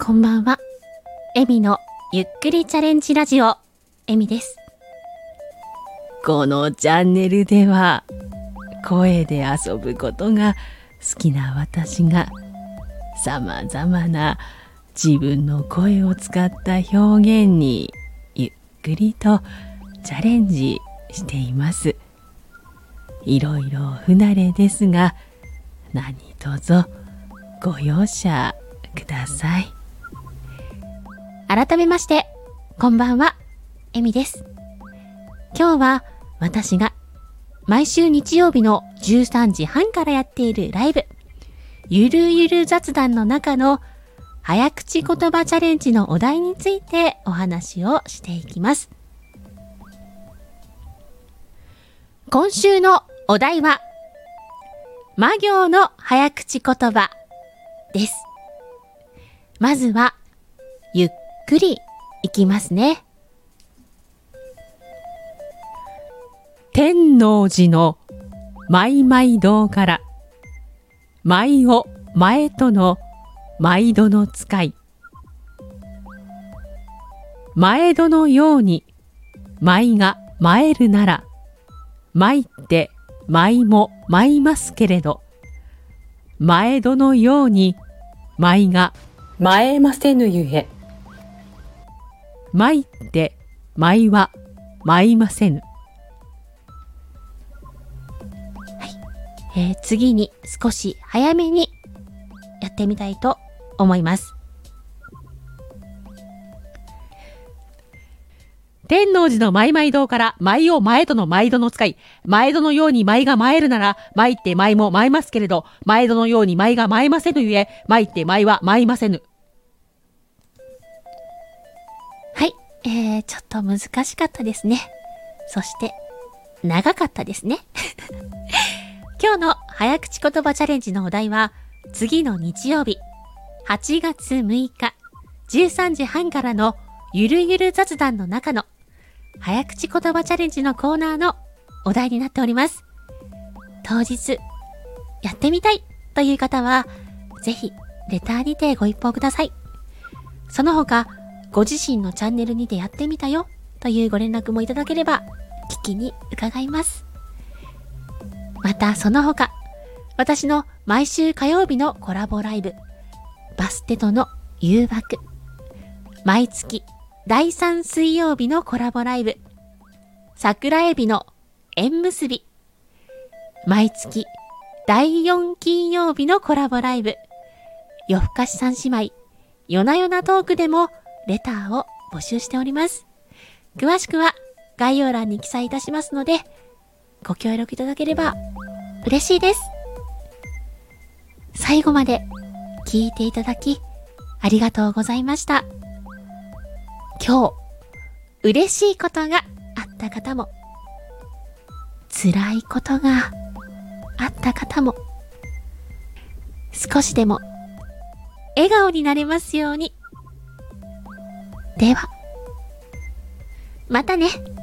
こんばんは。エミのゆっくりチャレンジラジオ、エミです。 このチャンネルでは声で遊ぶことが好きな私がさまざまな自分の声を使った表現にゆっくりとチャレンジしています。いろいろ不慣れですが何卒ご容赦ください。 改めまして、こんばんは、エミです。今日は私が毎週日曜日の13時半からやっているライブ、ゆるゆる雑談の中の早口言葉チャレンジのお題についてお話をしていきます。今週のお題は、ま行の早口言葉です。まずは、ゆっくりいきますね。 天王寺のマイマイ堂から舞を前との毎度の使い、前戸のように舞が舞えるなら舞って舞も舞いますけれど、前戸のように舞が舞えませぬゆえ、舞って舞は舞いませぬ。 次に少し早めにやってみたいと思います。 天王寺のマイマイ堂から舞を前との毎度の使い、前戸のように舞が舞えるなら舞って舞も舞いますけれど、前戸のように舞が舞えませぬゆえ、舞って舞は舞いませぬ。 はい、ちょっと難しかったですね。そして長かったですね。今日の早口言葉チャレンジのお題は、次の日曜日、8月6日、13時半からのゆるゆる雑談の中の早口言葉チャレンジのコーナーのお題になっております。当日、やってみたいという方は、ぜひ、レターにてご一報ください。その他、ご自身のチャンネルにてやってみたよというご連絡もいただければ、聞きに伺います。またその他、私の毎週火曜日のコラボライブ、バステとの誘惑、毎月第3水曜日のコラボライブ、桜エビの縁結び、毎月第4金曜日のコラボライブ、夜更かし三姉妹、夜な夜なトークでもレターを募集しております。詳しくは概要欄に記載いたしますので、ご協力いただければ嬉しいです。最後まで聞いていただきありがとうございました。今日嬉しいことがあった方も、辛いことがあった方も、少しでも笑顔になれますように。では、またね。